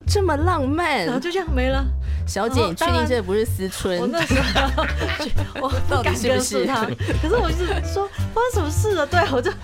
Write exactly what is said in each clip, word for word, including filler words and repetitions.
这么浪漫， 然后就这样没了。 小姐，你确定这不是思春？ 我那时候我不敢跟诉他，可是我就是说发生什么事了？对，我就。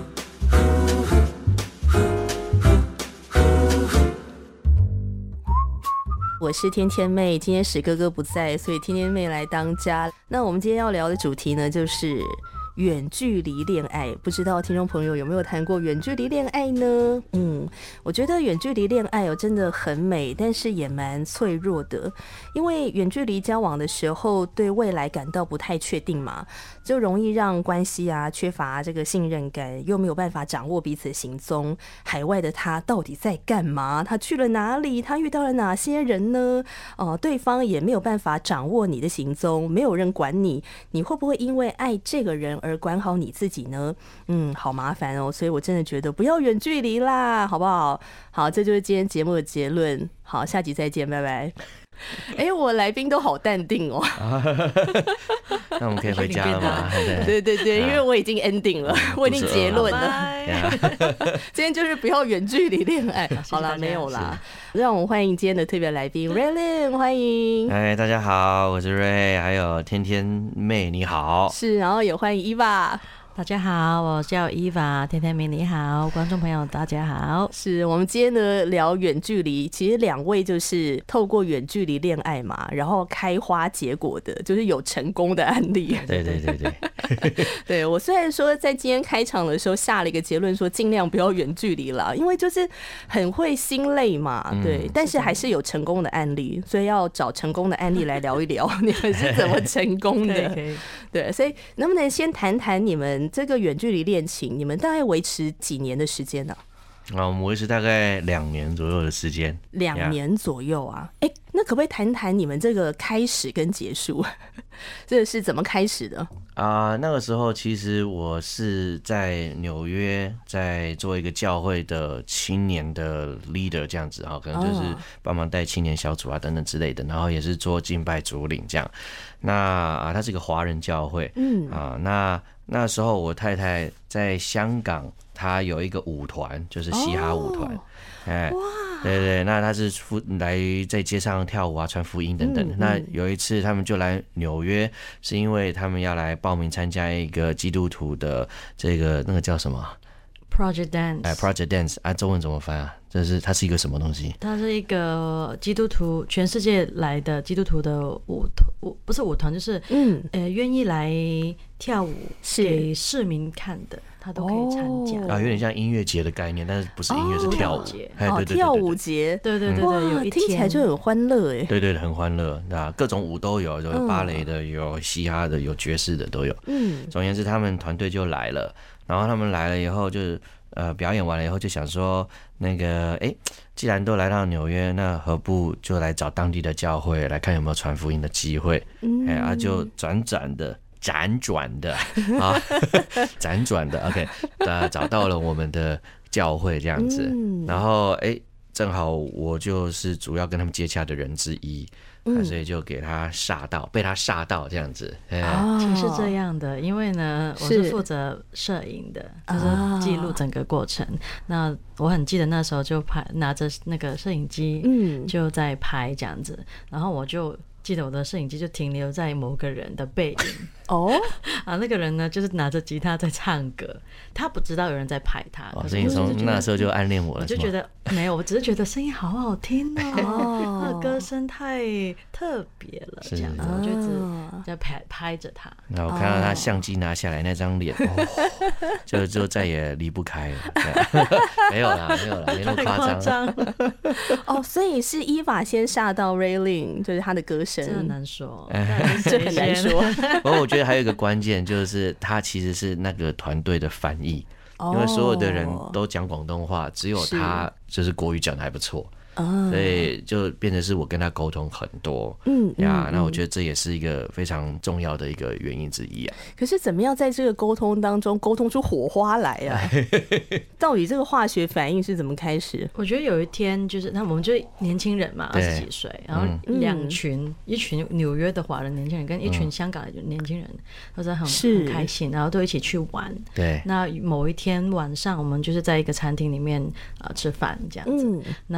我是天天妹，今天史哥哥不在，所以天天妹来当家。那我们今天要聊的主题呢，就是远距离恋爱。不知道听众朋友有没有谈过远距离恋爱呢？嗯，我觉得远距离恋爱哦真的很美，但是也蛮脆弱的，因为远距离交往的时候对未来感到不太确定嘛，就容易让关系啊缺乏这个信任感，又没有办法掌握彼此的行踪。海外的他到底在干嘛？他去了哪里？他遇到了哪些人呢？哦、呃，对方也没有办法掌握你的行踪，没有人管你，你会不会因为爱这个人而管好你自己呢？嗯，好麻烦哦，所以我真的觉得不要远距离啦，好不好？好，这就是今天节目的结论。好，下集再见，拜拜。哎、欸，我来宾都好淡定哦。 那我们可以回家了吗？ 对对对，因为我已经 ending 了，我已经结论了。今天就是不要远距离恋爱。好啦，没有啦。让我们欢迎今天的特别来宾 Raylin， 欢迎。 哎，大家好，我是 Ray， 还有天天妹，你好。 是，然后也欢迎 Eva。 大家好，我叫伊娃，天天妹你好，观众朋友大家好。 是我们今天呢聊远距离，其实两位就是透过远距离恋爱嘛，然后开花结果的，就是有成功的案例。 对对对对， 对我虽然说在今天开场的时候下了一个结论，说尽量不要远距离啦，因为就是很会心累嘛，对，嗯、但是还是有成功的案例，所以要找成功的案例来聊一聊，你们是怎么成功的？ 可以， 对，所以能不能先谈谈你们这个远距离恋情，你们大概维持几年的时间呢、 啊？啊，我们维持大概两年左右的时间。 两年左右啊？哎、欸，那可不可以谈谈你们这个开始跟结束，这个是怎么开始的？ 啊、呃，那个时候其实我是在纽约，在做一个教会的青年的 leader 这样子哈，可能就是帮忙带青年小组啊等等之类的，然后也是做敬拜主领这样。那啊，它是一个华人教会，嗯啊，那。那时候我太太在香港，她有一个舞团，就是嘻哈舞团，哎、oh, 欸，对对，那她是来在街上跳舞啊、传福音等等。嗯、那有一次他们就来纽约，是因为他们要来报名参加一个基督徒的这个那个叫什么 Project Dance， 哎 ，Project Dance 啊，中文怎么翻啊？这是它是一个什么东西？ 它是一个基督徒，全世界来的基督徒的舞舞，不是舞团，就是嗯，呃，愿意来跳舞给市民看的，他都可以参加、 哦、啊，有点像音乐节的概念，但是不是音乐、哦、是跳舞节， 哎，对对对对，跳舞节， 对对对对，有一天听起来就很欢乐哎， 对对对，很欢乐，啊，各种舞都有，有芭蕾的，有嘻哈的，有爵士的都有。嗯，总而言之，他们团队就来了，然后他们来了以后就是。呃，表演完了以后就想说，那个，哎，既然都来到纽约，那何不就来找当地的教会来看有没有传福音的机会？嗯，哎，啊，就转转的、辗转的啊，辗转的 ，OK， 呃，找到了我们的教会这样子，嗯、然后哎，正好我就是主要跟他们接洽的人之一。嗯、所以就给他煞到，被他煞到这样子。 哦，其实是这样的，因为呢，我是负责摄影的，就是记录整个过程。哦、那我很记得那时候就拍，拿着那个摄影机，嗯，就在拍这样子。然后我就记得我的摄影机就停留在某个人的背影。哦，啊，那个人呢，就是拿着吉他在唱歌，他不知道有人在拍他。 哦，所以你从那时候就暗恋我了， 我就觉得没有，我只是觉得声音好好听哦，他的歌声太特别了，这样子，我就一直在拍拍着他。 然后我看到他相机拿下来那张脸，哦，就就再也离不开了。没有啦，没有啦，没那么夸张。 哦，所以是伊娃先煞到 Raylin， 就是他的歌声， 这很难说， 这很难说。 不过我觉得还有一个关键，就是他其实是那个团队的翻译，因为所有的人都讲广东话，只有他就是国语讲得还不错。Uh, 所以就变成是我跟他沟通很多，嗯呀，嗯那我觉得这也是一个非常重要的一个原因之一啊。 可是怎么样在这个沟通当中沟通出火花来啊？到底这个化学反应是怎么开始？ 我觉得有一天就是那我们就年轻人嘛，二十几岁，然后两群、嗯、一群纽约的华人年轻人跟一群香港的年轻人，都是 很, 很开心，然后都一起去玩。 对， 那某一天晚上我们就是在一个餐厅里面、呃、吃饭这样子，嗯、那刚好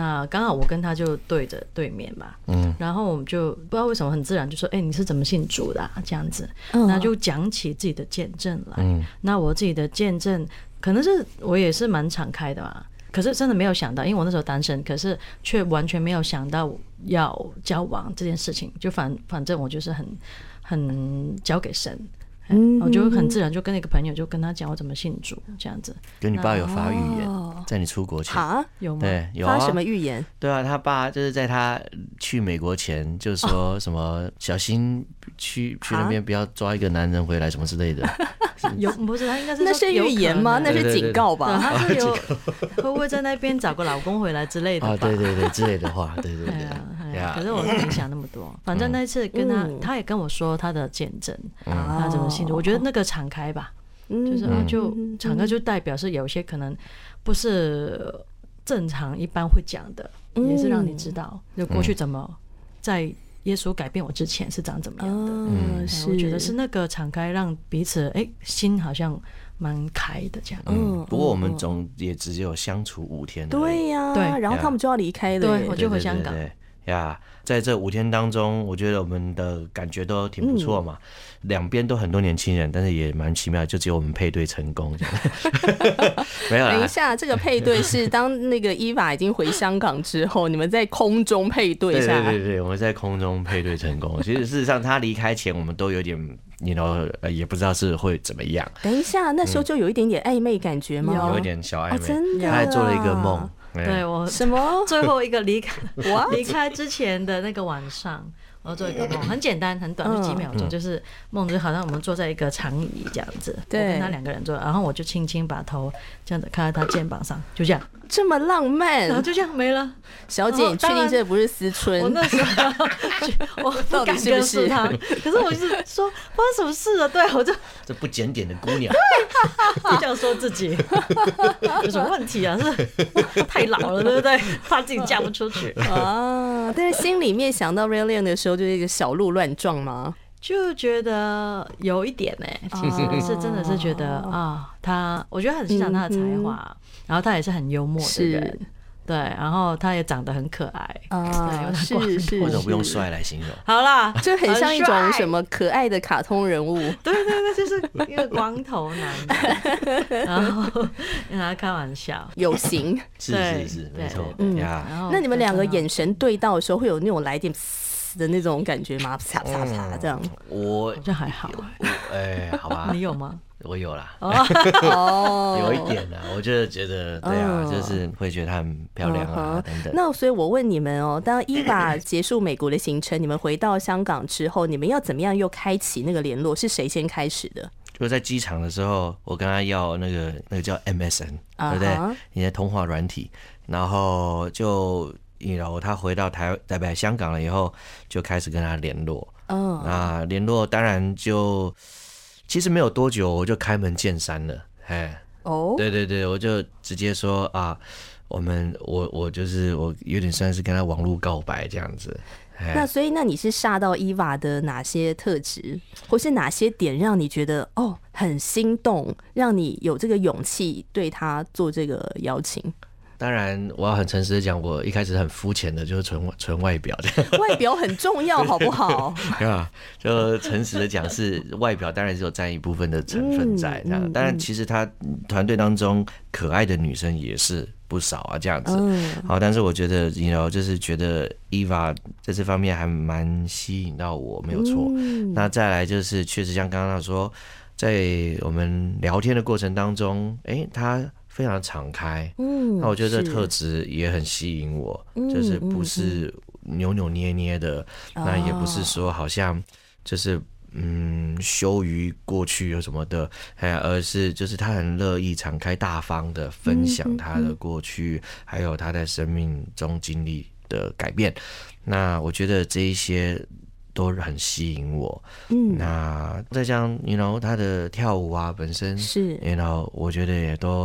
好我跟他就对着对面嘛，嗯，然后我们就不知道为什么很自然就说，哎、欸，你是怎么信主的、啊？这样子，那就讲起自己的见证来。嗯，那我自己的见证，可能是我也是蛮敞开的嘛。可是真的没有想到，因为我那时候单身，可是却完全没有想到要交往这件事情。就反反正我就是很很交给神。嗯，我就很自然就跟那个朋友就跟他讲我怎么信主这样子。 跟你爸有发预言，哦、在你出国前啊有吗？ 对，有啊。 发什么预言？ 对啊，他爸就是在他去美国前就说什么小心去去那边不要抓一个男人回来什么之类的。 有不是他应该是那是预言吗？那是警告吧？ 对对对对他是有会不会在那边找个老公回来之类的吧？ 啊，对对对之类的话，对对对。对啊对啊可是我是没想那么多，反正那次跟他，嗯、他也跟我说他的见证，嗯、他怎么信主。我觉得那个敞开吧，嗯、就是啊，就敞开就代表是有些可能不是正常一般会讲的，嗯、也是让你知道，就过去怎么在耶稣改变我之前是长怎么样的。嗯，我觉得是那个敞开，让彼此哎、欸、心好像蛮开的这样。 嗯，不过我们总也只有相处五天。 对呀， 对， 然后他们就要离开了， 对，我就回香港。 呀，在这五天当中，我觉得我们的感觉都挺不错嘛。两、嗯、边都很多年轻人，但是也蛮奇妙，就只有我们配对成功这样。没有啦。 等一下，这个配对是当那个伊娃已经回香港之后，你们在空中配对下来。 对对对对，我们在空中配对成功。其实事实上，他离开前，我们都有点。你 you know, 也不知道是会怎么样。 等一下，那时候就有一点点暧昧感觉吗？ 有一点小暧昧， 哦、真的、啊。 他还做了一个梦。 对我什么？ 最后一个离开离开之前的那个晚上，我做一个梦，很简单，很短，就几秒钟，嗯、就是梦就好像我们坐在一个长椅这样子，对，我跟他两个人坐，然后我就轻轻把头这样子看在他肩膀上，就这样。 这么浪漫， 然后就这样没了。 小姐，你确定这不是思春？ 我那时候我不敢跟是他，可是我就是说发生什么事了？对，我就这不检点的姑娘， 这样说自己有什么问题啊？是太老了，对不对？怕自己嫁不出去啊！但是心里面想到 Raylene 的时候，就是一个小鹿乱撞吗？ 就觉得有一点呢、欸，其实是真的是觉得啊、哦，他我觉得很欣赏他的才华，嗯、然后他也是很幽默的人，对，然后他也长得很可爱啊， 是是， 为什么不用帅来形容？ 好啦， 就很像一种什么可爱的卡通人物， 对对对，就是一个光头男，然后跟他开玩笑， 有型， 是是是，没错，嗯， 那你们两个眼神对到的时候，会有那种来点的那种感觉吗？啪啪啪这样， 我这还好， 哎，好吧， 你有吗？ 我有啦， 哦， 有一点啦，我就觉得对啊，就是会觉得她很漂亮啊等等。 那所以我问你们哦，当伊娃结束美国的行程，你们回到香港之后，你们要怎么样又开启那个联络？是谁先开始的？ 就在机场的时候，我跟他要那个那个叫 M S N， 对不对？你的通话软体，然后就。然后他回到台台北香港了以后，就开始跟他联络。嗯、oh. ，那联络当然就其实没有多久，我就开门见山了。哎，哦， oh. 对对对，我就直接说啊，我们我我就是我有点算是跟他网络告白这样子。 那所以那你是煞到伊娃的哪些特质，或是哪些点让你觉得哦很心动，让你有这个勇气对他做这个邀请？ 当然，我要很诚实的讲，我一开始很肤浅的，就是纯纯外表的。 外表很重要，好不好？ 对吧？就诚实的讲，是外表当然是有占一部分的成分在。这样，当然其实他团队当中可爱的女生也是不少啊，这样子。好，但是我觉得，你 you know, 就是觉得 Eva 在这方面还蛮吸引到我，没有错。那再来就是，确实像刚刚说，在我们聊天的过程当中，哎、欸，他。非常敞开，嗯，那我觉得这特质也很吸引我，嗯、就是不是扭扭捏捏的，嗯、那也不是说好像就是嗯羞于过去什么的，哎，而是就是他很乐意敞开大方的分享他的过去，嗯、还有他在生命中经历的改变。那我觉得这一些都很吸引我，嗯，那再加上 you know 他的跳舞啊，本身是 you know 我觉得也都。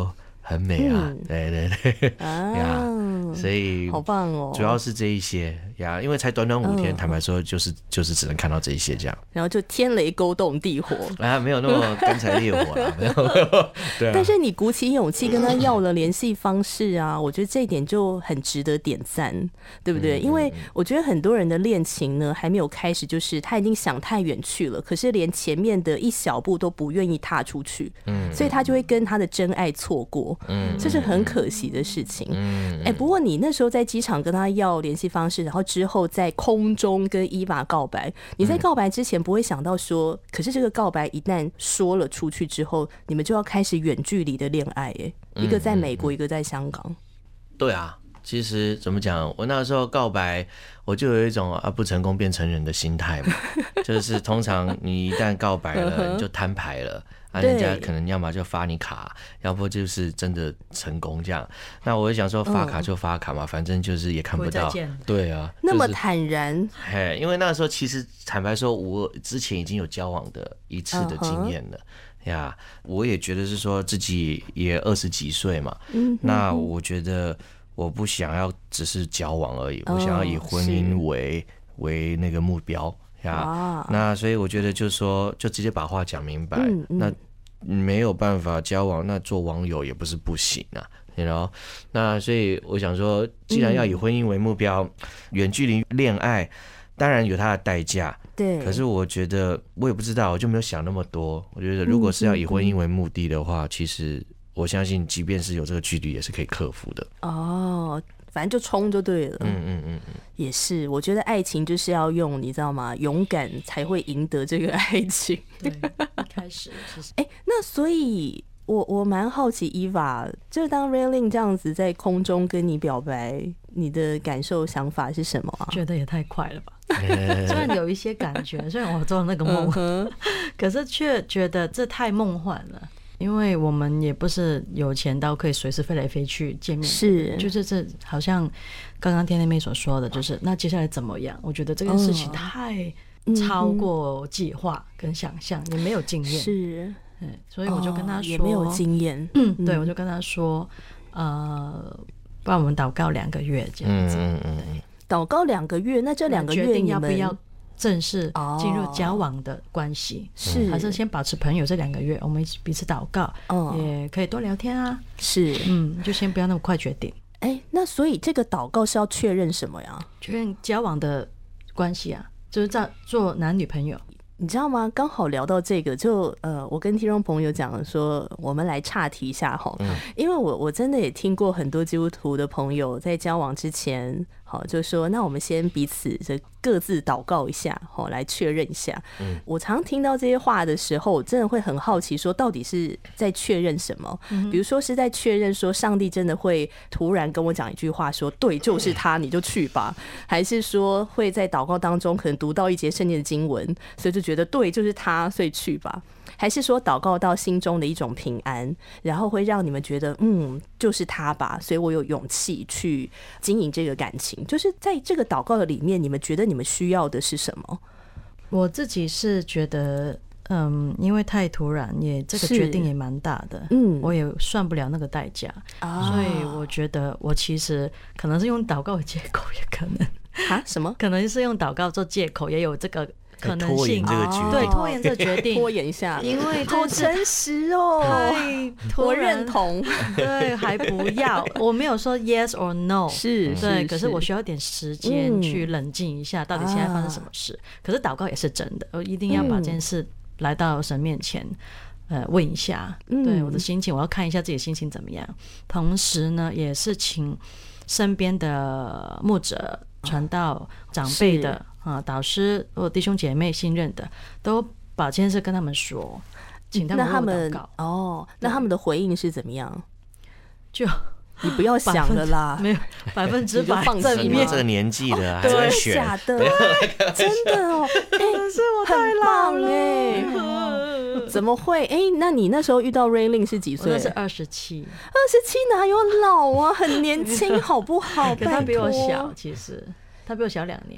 很美啊，嗯、对对对，啊呀，所以好棒哦， 主要是这一些呀，因为才短短五天，嗯、坦白说就是就是只能看到这一些这样， 然后就天雷勾动地火啊，没有那么干柴烈火啦，没有，对、啊。 但是你鼓起勇气跟他要了联系方式啊，我觉得这一点就很值得点赞，对不对？嗯、因为我觉得很多人的恋情呢还没有开始，就是他已经想太远去了，可是连前面的一小步都不愿意踏出去，嗯，所以他就会跟他的真爱错过。嗯，这是很可惜的事情。嗯，哎、欸，不过你那时候在机场跟他要联系方式，然后之后在空中跟伊娃告白，你在告白之前不会想到说，可是这个告白一旦说了出去之后，你们就要开始远距离的恋爱，哎，一个在美国，一个在香港。 对啊，其实怎么讲，我那时候告白，我就有一种啊不成功变成人的心态嘛，就是通常你一旦告白了，你就摊牌了。啊，人家可能要么就发你卡，要不就是真的成功这样。那我就想说发卡就发卡嘛，嗯、反正就是也看不到。不对啊， 那么坦然。 嘿、就是，因为那时候其实坦白说，我之前已经有交往的一次的经验了。Uh-huh. 呀，我也觉得是说自己也二十几岁嘛，嗯、那我觉得我不想要只是交往而已，我想要以婚姻为、哦、为那个目标。啊，那所以我觉得就是说，就直接把话讲明白。嗯嗯、那没有办法交往，那做网友也不是不行啊，你知道？那所以我想说，既然要以婚姻为目标，远、嗯、距离恋爱当然有它的代价。 对。 可是我觉得，我也不知道，我就没有想那么多。我觉得，如果是要以婚姻为目的的话，嗯、其实我相信，即便是有这个距离，也是可以克服的。 哦。反正就冲就对了。 嗯嗯嗯嗯， 也是，我觉得爱情就是要用，你知道吗？勇敢才会赢得这个爱情。 对，一开始其实， 哎、欸，那所以我我蛮好奇 Eva， 就当 Raylene 这样子在空中跟你表白，你的感受想法是什么啊？ 觉得也太快了吧。虽然有一些感觉，虽然我做了那个梦，嗯、可是却觉得这太梦幻了。因为我们也不是有钱到可以随时飞来飞去见面， 是， 就是这好像刚刚天天妹所说的，就是那接下来怎么样？我觉得这件事情太超过计划跟想象，嗯、也没有经验， 是， 所以我就跟他说，哦、 也没有经验， 嗯，对，我就跟他说，呃，不然我们祷告两个月这样子， 嗯嗯嗯， 祷告两个月，那这两个月决定要不要正式进入交往的关系， 是、哦、 还是先保持朋友？这两个月我们彼此祷告，哦、也可以多聊天啊。 是， 嗯，就先不要那么快决定。 哎、欸，那所以这个祷告是要确认什么呀？ 确认交往的关系啊，就是在做男女朋友。 你知道吗？刚好聊到这个，就呃，我跟听众朋友讲说，我们来岔题一下哈，嗯、因为我我真的也听过很多基督徒的朋友在交往之前，好就说，那我们先彼此这各自祷告一下，好来确认一下。嗯，我常听到这些话的时候，我真的会很好奇，说到底是在确认什么？嗯、比如说是在确认说，上帝真的会突然跟我讲一句话说，说对，就是他，你就去吧，还是说会在祷告当中可能读到一节圣经的经文，所以就觉得对，就是他，所以去吧。还是说祷告到心中的一种平安，然后会让你们觉得嗯就是他吧，所以我有勇气去经营这个感情。就是在这个祷告的里面，你们觉得你们需要的是什么？ 我自己是觉得嗯，因为太突然，也这个决定也蛮大的，嗯，我也算不了那个代价，啊、所以我觉得我其实可能是用祷告的借口，也可能啊什么？ 可能是用祷告做借口，也有这个可能性， 拖延这个决定， 对，拖延这个决定， 拖延一下， 因为好诚实哦， 太我认同， 对，还不要，我没有说 yes or no， 是， 对， 是可是我需要一点时间去冷静一下，嗯、到底现在发生什么事。啊、可是祷告也是真的，我一定要把这件事来到神面前，呃，问一下，嗯、对我的心情，我要看一下自己的心情怎么样。同时呢，也是请身边的牧者、传道、长辈的。啊，导师或弟兄姐妹信任的，都把这件事跟他们说，请他们为我祷告。 哦，那他们的回应是怎么样？ 就你不要想了啦， 没有百分之百放正面。 这个年纪的还在选， 假的，真的哦，哎、欸， 是我太老了， 欸、怎么会？哎、欸，那你那时候遇到 Raylene 是几岁？ 那是二十七， 二十七哪有老啊？很年轻，好不好？ 可他比我小，其实他比我小两年。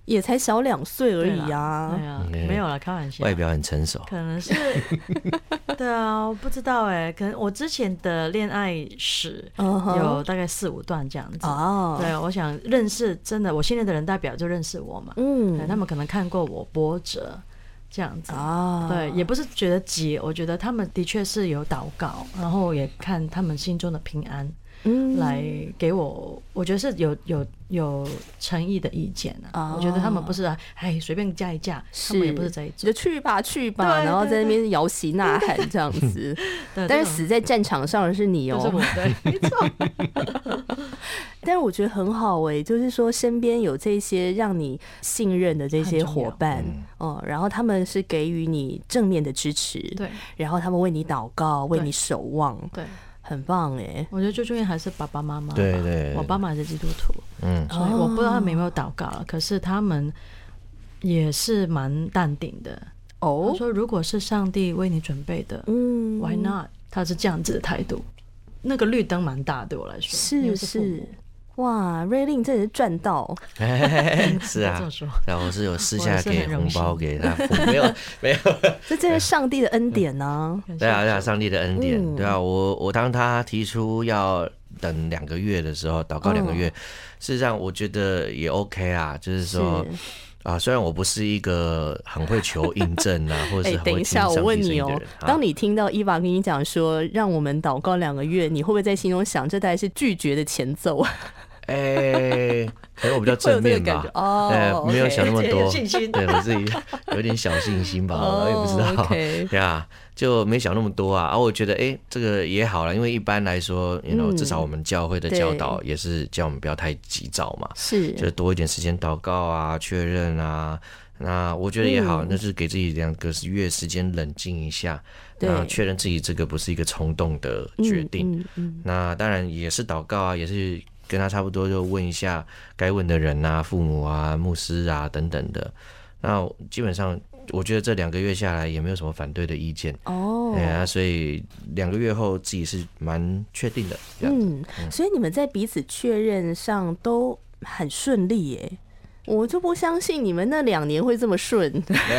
也才小两岁而已啊。 对啊，没有啦，开玩笑。 外表很成熟， 可能是对啊，我不知道哎、欸，可能我之前的恋爱史有大概四五段这样子。哦、uh-huh. ，对，我想认识真的我信任的人，代表就认识我嘛。嗯，他们可能看过我波折这样子啊。Uh-huh. 对，也不是觉得急，我觉得他们的确是有祷告，然后也看他们心中的平安。嗯，来给我，我觉得是有有有诚意的意见啊。哦、我觉得他们不是哎随便嫁一嫁，他们也不是这一种， 就去吧去吧，然后在那边摇旗呐喊这样子。对，但是死在战场上的是你哦、喔， 就是我，对，没错。 但是我觉得很好哎、欸，就是说身边有这些让你信任的这些伙伴，哦、嗯，然后他们是给予你正面的支持， 对， 然后他们为你祷告，为你守望， 对。 很棒哎， 我觉得最重要还是爸爸妈妈。 对 对, 对， 我爸妈是基督徒，嗯，所以我不知道他们有没有祷告了，可是他们也是蛮淡定的。哦，他说如果是上帝为你准备的，嗯 ，Why not？ 他是这样子的态度，那个绿灯蛮大，对我来说是是。哇，瑞令真的是赚到！ 是啊，然后我是有私下给红包给他，没有没有， 这真是上帝的恩典呢、 啊。对啊，对啊，上帝的恩典，嗯、对啊，我我当他提出要等两个月的时候，祷告两个月，哦、事实上我觉得也 OK 啊，就是说。是啊，虽然我不是一个很会求印证啊，或者是很会听上帝声音的人、欸、等一下，我问你哦， 啊、当你听到伊娃跟你讲说让我们祷告两个月，你会不会在心中想，这大概是拒绝的前奏？ 哎、欸，可能我比较正面吧， 哦， 对， okay, 没有想那么多， 信心对我自己有点小信心吧，我、oh, 也不知道， okay. 对啊，就没想那么多啊。啊，我觉得哎、欸，这个也好了，因为一般来说，you know, 至少我们教会的教导也是叫我们不要太急躁嘛， 是， 就多一点时间祷告啊，确认啊。那我觉得也好，嗯、那是给自己两个月时间冷静一下，那确认自己这个不是一个冲动的决定。嗯嗯嗯、那当然也是祷告啊，也是跟他差不多，就问一下该问的人啊、父母啊、牧师啊等等的。那基本上我觉得这两个月下来也没有什么反对的意见哦，哎呀，所以两个月后自己是蛮确定的。 嗯，嗯所以你们在彼此确认上都很顺利耶。我就不相信你们那两年会这么顺，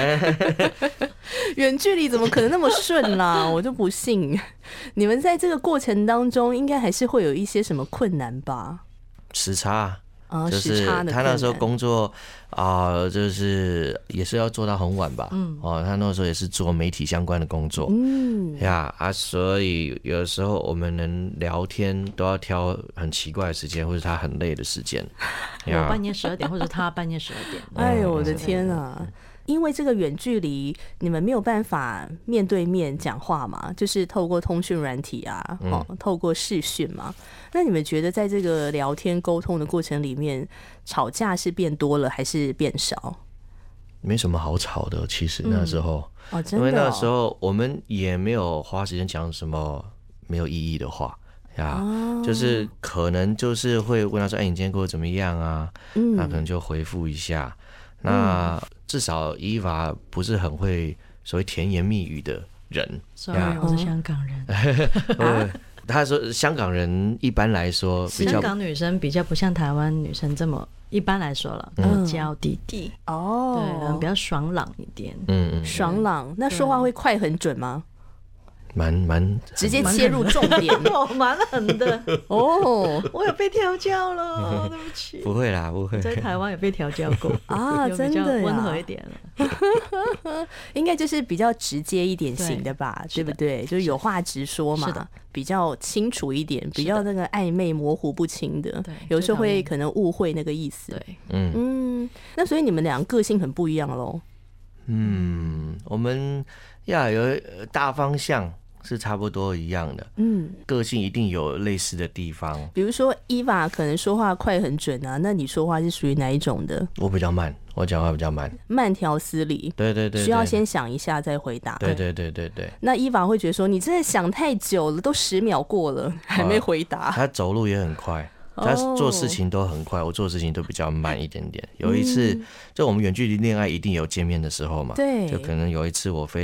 远距离怎么可能那么顺啦？我就不信。你们在这个过程当中，应该还是会有一些什么困难吧？ 时差。 哦、 就是他那时候工作啊、呃，就是也是要做到很晚吧。嗯，哦，他那时候也是做媒体相关的工作。嗯，呀啊，所以有的时候我们能聊天都要挑很奇怪的时间，或者他很累的时间。 我半夜十二点，或者他半夜十二点。 哎呦，我的天啊！因为这个远距离，你们没有办法面对面讲话嘛，就是透过通讯软体啊，哦，透过视讯嘛。那你们觉得在这个聊天沟通的过程里面，吵架是变多了还是变少？ 没什么好吵的，其实那时候， 嗯、哦，真的、哦， 因为那时候我们也没有花时间讲什么没有意义的话。呀，哦、就是可能就是会问他说：“哎，你今天过得怎么样啊？”嗯，那可能就回复一下。那、嗯、至少伊娃不是很会所谓甜言蜜语的人。 Sorry， 我是香港人。 啊、他说香港人一般来说比较， 香港女生比较不像台湾女生这么，一般来说了，嗯，娇滴滴哦，对，比较爽朗一点。 嗯嗯， 爽朗。那说话会快很准吗？ 蛮蛮直接切入重点， 蛮狠的哦！我有被调教了，对不起。 不会啦，不会。 在台湾有被调教过啊，真的温和一点了。应该就是比较直接一点型的吧， 对, 对不对？就是有话直说嘛，比较清楚一点，比较那个暧昧模糊不清的，有时候会可能误会那个意思。 对， 嗯嗯。那所以你们两个个性很不一样咯。 嗯，我们呀有大方向是差不多一样的，嗯，个性一定有类似的地方。 比如说伊娃可能说话快很准啊，那你说话是属于哪一种的？ 我比较慢，我讲话比较慢， 慢条斯理。 对对 对, 对， 需要先想一下再回答。 对对对对对。 那伊娃会觉得说你真的想太久了，都十秒过了还没回答。 他走路也很快。他做事情都很快，我做事情都比较慢一点点。有一次，就我们远距离恋爱一定有见面的时候嘛， 对， 就可能有一次我飞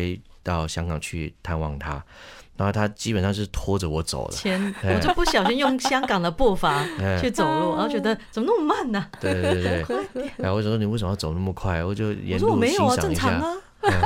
到香港去探望他，然后他基本上是拖着我走的。 前我就不小心用香港的步伐去走路，然后觉得怎么那么慢呢、啊？ 对对对对，然后我就说你为什么要走那么快？我就沿路我说我没有啊， 欣赏一下。 正常啊。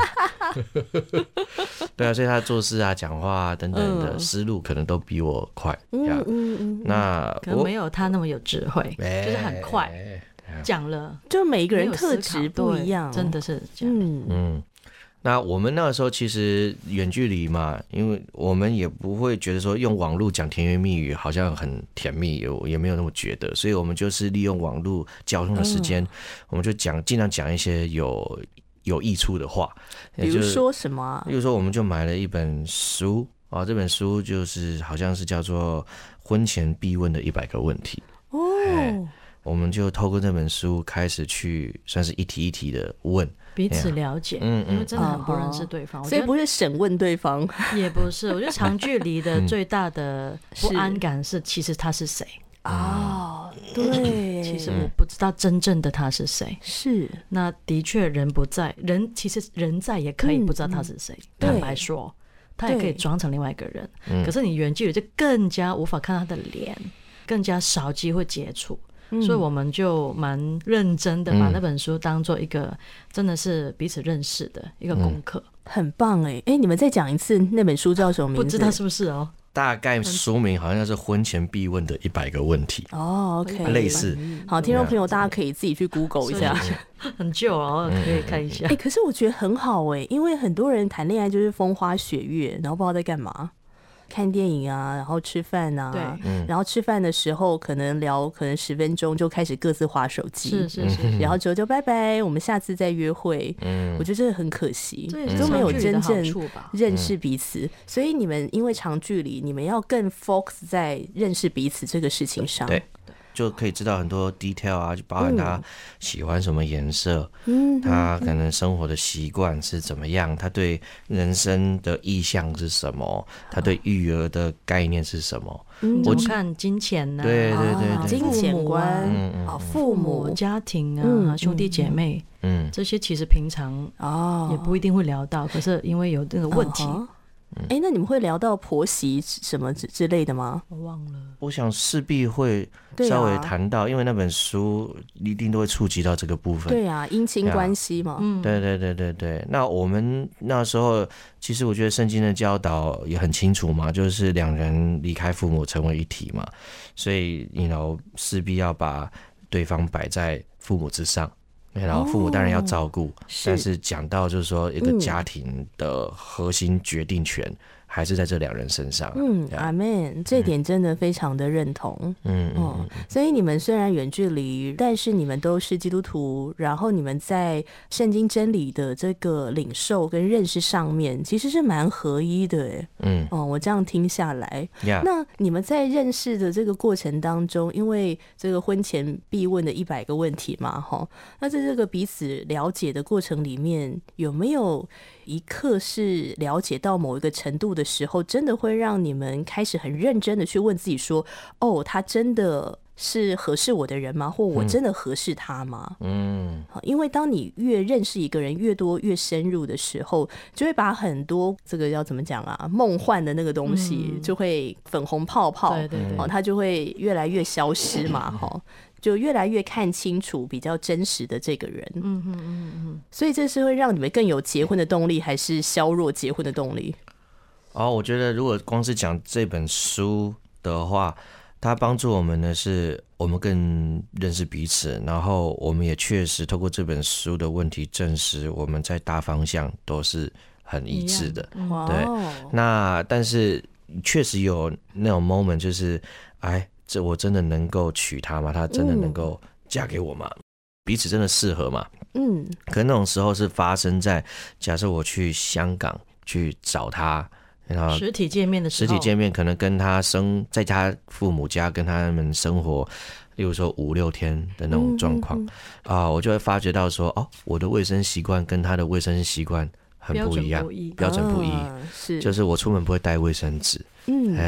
对啊，所以他做事啊、讲话啊等等的思路可能都比我快。嗯嗯嗯。那可能没有他那么有智慧， 欸、 就是很快讲了， 就每一个人特质不一样， 真的是这样。嗯嗯。那我们那个时候其实远距离嘛，因为我们也不会觉得说用网络讲甜言蜜语好像很甜蜜，也没有那么觉得，所以我们就是利用网络交通的时间，嗯、我们就讲尽量讲一些有有益处的话。 比如说什么、啊？ 比如说我们就买了一本书啊，这本书就是好像是叫做《婚前必问的一百个问题》哦。我们就透过这本书开始去算是一题一题的问彼此了解，嗯嗯，因为真的很不认识对方， 所以不是审问对方， 也不是。我觉得长距离的最大的不安感是，其实他是谁哦，对， 其实我不知道真正的他是谁。 是， 那的确人不在，人其实人在也可以不知道他是谁。坦白说，他也可以装成另外一个人，可是你远距离就更加无法看他的脸，更加少机会接触。所以我们就蛮认真的把那本书当做一个真的是彼此认识的一个功课、嗯、 很棒哎哎，你们再讲一次那本书叫什么名字？ 不知道是不是哦？ 大概书名好像是婚前必问的一百个问题哦 ，OK， 类似。 好，听众朋友大家可以自己去 Google 一下， 很旧哦，可以看一下。 哎、欸，可是我觉得很好哎，因为很多人谈恋爱就是风花雪月，然后不知道在干嘛。看电影啊，然后吃饭啊，对，然后吃饭的时候可能聊，可能十分钟就开始各自滑手机， 是是是， 然后之后就拜拜，我们下次再约会。嗯，我觉得这很可惜， 这也是都没有真正认识彼此。嗯、所以你们因为长距离，你们要更 focus 在认识彼此这个事情上。 对。就可以知道很多 detail 啊，就包含他喜欢什么颜色，嗯，他可能生活的习惯是怎么样，他对人生的意向是什么，他对育儿的概念是什么。 嗯，我看金钱呐、啊， 对对对对， 金钱观，嗯嗯，父母、 家庭啊，嗯、兄弟姐妹，嗯，这些其实平常哦也不一定会聊到，可是因为有这个问题。哦哎、欸，那你们会聊到婆媳什么 之, 之类的吗？ 我忘了， 我想势必会稍微谈到、啊，因为那本书一定都会触及到这个部分。 对啊，姻亲关系嘛。 嗯，对对对对对。那我们那时候，其实我觉得圣经的教导也很清楚嘛，就是两人离开父母成为一体嘛，所以你 you know 势必要把对方摆在父母之上。然后父母当然要照顾、哦、是但是讲到就是说一个家庭的核心决定权、嗯、还是在这两人身上。 嗯，阿们，这点真的非常的认同。嗯嗯、哦，所以你们虽然远距离，但是你们都是基督徒，然后你们在圣经真理的这个领受跟认识上面，其实是蛮合一的。哎，嗯，哦，我这样听下来， yeah. 那你们在认识的这个过程当中，因为这个婚前必问的一百个问题嘛，哈，那在这个彼此了解的过程里面，有没有一刻是了解到某一个程度的时候，真的会让你们开始很认真的去问自己说，哦，他真的是合适我的人吗？或我真的合适他吗？嗯，因为当你越认识一个人越多越深入的时候，就会把很多这个要怎么讲啊，梦幻的那个东西就会粉红泡泡，对对对，它就会越来越消失嘛，哈。就越来越看清楚比较真实的这个人。嗯嗯嗯嗯，所以这是会让你们更有结婚的动力，还是削弱结婚的动力？ 哦，我觉得如果光是讲这本书的话，它帮助我们的是我们更认识彼此，然后我们也确实透过这本书的问题证实我们在大方向都是很一致的。对，那但是确实有那种 moment 就是哎，这我真的能够娶她吗？她真的能够嫁给我吗？嗯、彼此真的适合吗？嗯，可那种时候是发生在假设我去香港去找她，然后实体见面的时候， 实体见面可能跟她生在她父母家跟他们生活，例如说五六天的那种状况啊、嗯嗯呃，我就会发觉到说，哦，我的卫生习惯跟她的卫生习惯很不一样，标准不一， 啊、是就是我出门不会带卫生纸，嗯，哎。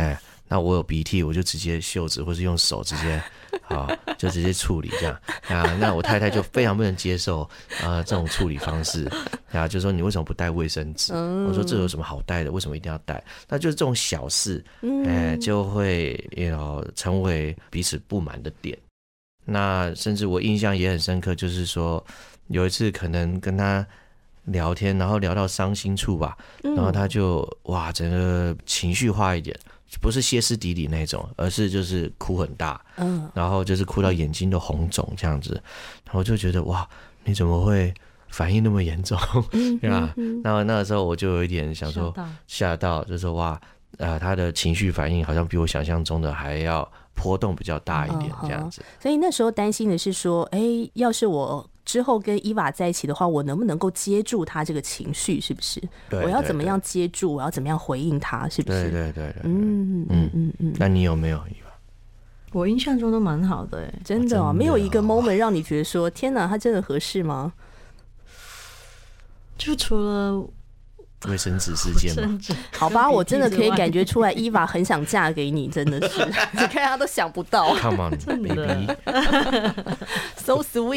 那我有鼻涕，我就直接袖子或是用手直接，好就直接处理这样啊。那我太太就非常不能接受啊这种处理方式啊，就说你为什么不带卫生纸？嗯、我说这有什么好带的？为什么一定要带？那就是这种小事，哎、嗯，就会有成为彼此不满的点。那甚至我印象也很深刻，就是说有一次可能跟他聊天，然后聊到伤心处吧，然后他就哇整个情绪化一点。不是歇斯底里那种，而是就是哭很大，嗯，然后就是哭到眼睛都红肿这样子，然后我就觉得哇，你怎么会反应那么严重，对吧？然后那个时候我就有一点想说吓到，就说哇，呃，他的情绪反应好像比我想象中的还要波动比较大一点这样子。 嗯、所以那时候担心的是说，哎，要是我之后跟伊娃在一起的话，我能不能够接住他这个情绪？是不是？ 对， 我要怎么样接住？我要怎么样回应他？是不是？ 对对 对, 对嗯嗯嗯嗯。那你有没有伊娃？ 我印象中都蛮好的、欸， 真的、哦，哦、没有一个 moment 让你觉得说，天哪，他真的合适吗？ 就除了卫生纸事件嘛， 好吧，我真的可以感觉出来，伊娃很想嫁给你，真的是，你看他都想不到。 Come on, baby, so sweet 。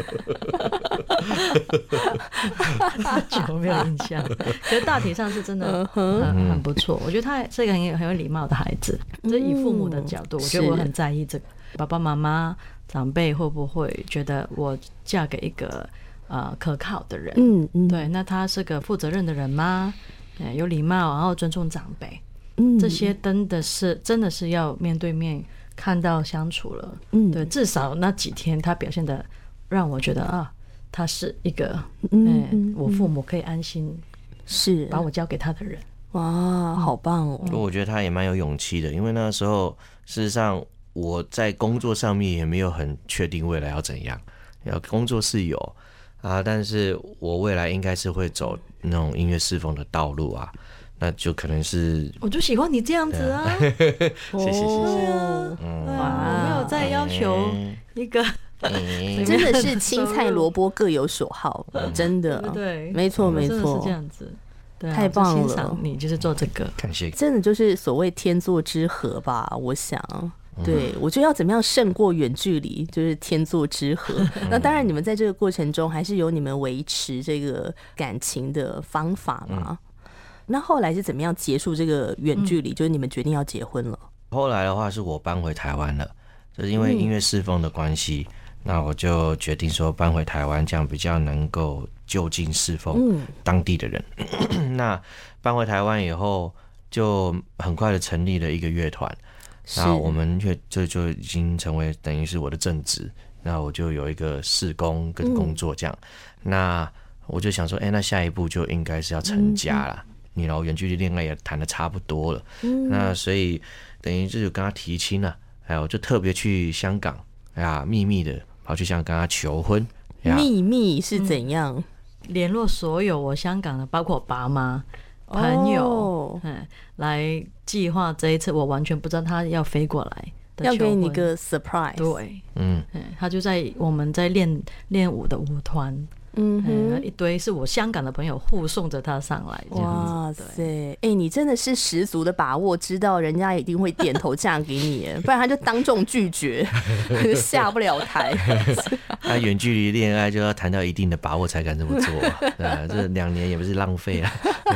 久没有印象，可是大体上是真的很很不错。我觉得他是一个很有很有礼貌的孩子。这以父母的角度，我觉得我很在意这个，爸爸妈妈长辈会不会觉得我嫁给一个。呃，可靠的人，嗯嗯，对，那他是个负责任的人吗？呃、有礼貌，然后尊重长辈，嗯，这些真的是真的是要面对面看到相处了，嗯，对，至少那几天他表现的让我觉得啊，他是一个，嗯、呃，我父母可以安心是把我交给他的人， 哇，好棒哦！ 我觉得他也蛮有勇气的，因为那时候事实上我在工作上面也没有很确定未来要怎样，要工作是有。啊，但是我未来应该是会走那种音乐侍奉的道路啊，那就可能是我就喜欢你这样子啊， 谢谢谢谢， 嗯，我没有在要求一个， 真的是青菜萝卜各有所好，真的， 对， 没错没错， 是这样子， 太棒了， 欣赏你就是做这个， 感谢， 真的就是所谓天作之合吧，我想。对，我觉得要怎么样胜过远距离，就是天作之合。那当然，你们在这个过程中还是有你们维持这个感情的方法嘛。嗯、那后来是怎么样结束这个远距离？嗯、就是你们决定要结婚了。 后来的话是我搬回台湾了，就是因为音乐侍奉的关系，嗯、那我就决定说搬回台湾，这样比较能够就近侍奉当地的人。嗯、那搬回台湾以后，就很快的成立了一个乐团。那我们就就就已经成为等于是我的正职，那我就有一个事工跟工作这样，嗯、那我就想说，哎、欸，那下一步就应该是要成家啦。你然后远距离恋爱也谈得差不多了，嗯、那所以等于就是跟他提亲了，还有就特别去香港，哎呀，秘密的跑去香港跟他求婚。 秘密是怎样？ 嗯、联络所有我香港的，包括我爸妈。朋友、oh. 嗯，来计划这一次，我完全不知道他要飞过来的， 要给你一个 surprise。 对，嗯，他就在我们在练练舞的舞团，嗯哼，一堆是我香港的朋友护送着他上来，哇塞，哎、欸，你真的是十足的把握，知道人家一定会点头嫁给你，不然他就当众拒绝，就下不了台。 他远距离恋爱就要谈到一定的把握才敢这么做，对啊，这两年也不是浪费啊。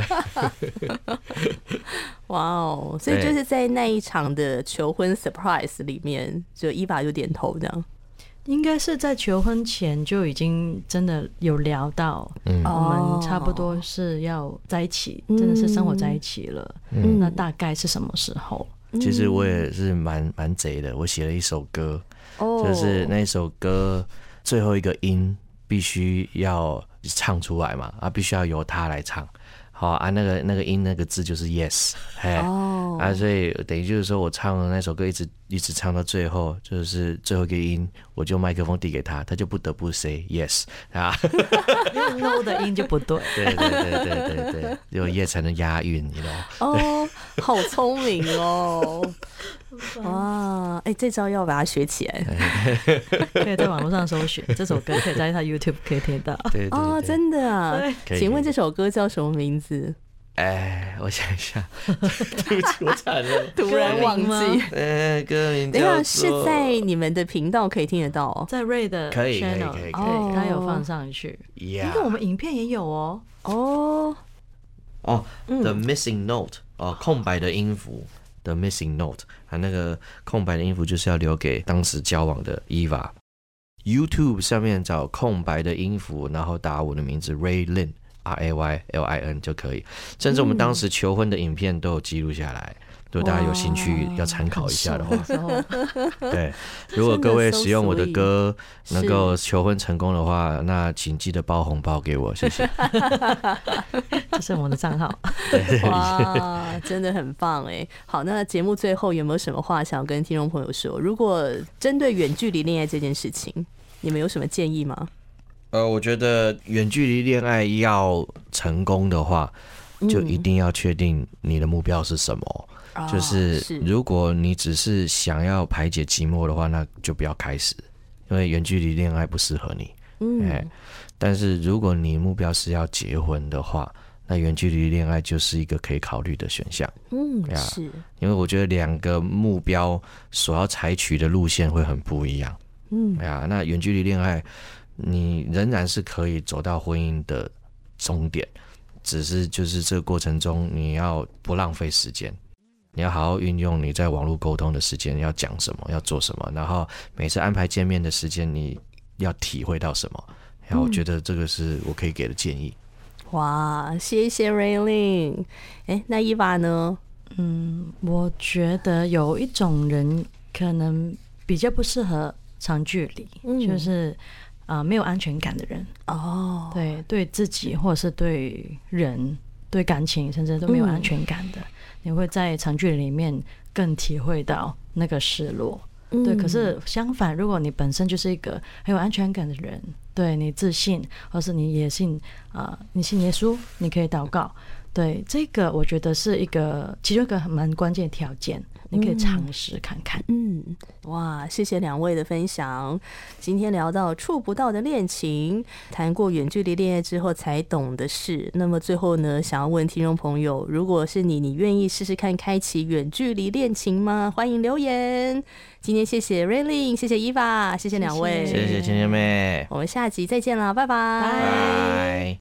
哇哦！所以就是在那一场的求婚 surprise 里面，就伊娃就点头这样。 应该是在求婚前就已经真的有聊到，嗯、我们差不多是要在一起，嗯、真的是生活在一起了。嗯、那大概是什么时候？ 其实我也是蛮蛮贼的，我写了一首歌，哦、就是那首歌最后一个音必须要唱出来嘛，啊，必须要由他来唱。好啊，那个那个音那个字就是 yes， 嘿，哦、啊，所以等于就是说我唱的那首歌一直一直唱到最后，就是最后一个音，我就麦克风递给他，他就不得不 say yes 啊 ，no 的音就不对， 对对对对对对，只有 yes 才能押韵，你知道？ 哦，好聪明哦！哇，哎、欸，这招要把它学起来， 可以在网络上搜寻这首歌，可以在他 YouTube 可以听到。 对对对哦，真的啊？请问这首歌叫什么名字？ 哎，我想一下，对不起，我惨了， 突然忘记。 呃，歌名等一下是在你们的频道可以听得到哦， 在 Ray 的 channel 可以可以可以， 哦，他有放上去，因为我们影片也有哦。 哦哦 ，The Missing Note 哦，空白的音符 ，The Missing Note， 啊，那个空白的音符就是要留给当时交往的 Eva。YouTube 上面找空白的音符，然后打我的名字 Ray Lin。R A Y L I N 就可以，甚至我们当时求婚的影片都有记录下来，如果大家有兴趣要参考一下的话，对，如果各位使用我的歌能够求婚成功的话，那请记得包红包给我，谢谢。 这是我们的账号。 哇，真的很棒哎！好，那节目最后有没有什么话想跟听众朋友说？如果针对远距离恋爱这件事情，你们有什么建议吗？ 呃，我觉得远距离恋爱要成功的话，就一定要确定你的目标是什么。嗯、就是如果你只是想要排解寂寞的话，那就不要开始，因为远距离恋爱不适合你。嗯、欸，但是如果你目标是要结婚的话，那远距离恋爱就是一个可以考虑的选项。 嗯，是， 因为我觉得两个目标所要采取的路线会很不一样。嗯，呀，那远距离恋爱。你仍然是可以走到婚姻的终点，只是就是这个过程中你要不浪费时间，你要好好运用你在网络沟通的时间，要讲什么，要做什么，然后每次安排见面的时间你要体会到什么，然后我觉得这个是我可以给的建议。 哇，谢谢 Raylin。哎，那伊娃呢？ 嗯，我觉得有一种人可能比较不适合长距离，嗯、就是啊、呃，没有安全感的人哦， 对，对自己或者是对人、对感情，甚至都没有安全感的，嗯、你会在长距离里面更体会到那个失落。嗯、对，可是相反，如果你本身就是一个很有安全感的人，对你自信，或是你也信啊、呃，你信耶稣，你可以祷告。对，这个我觉得是一个其中一个蛮关键的条件。你可以尝试看看。 嗯，哇，谢谢两位的分享。今天聊到触不到的恋情，谈过远距离恋爱之后才懂的事。那么最后呢，想要问听众朋友，如果是你，你愿意试试看开启远距离恋情吗？欢迎留言。今天谢谢 Raylin， 谢谢 Eva， 谢谢两位， 谢谢千千妹， 我们下集再见啦，拜拜。 拜。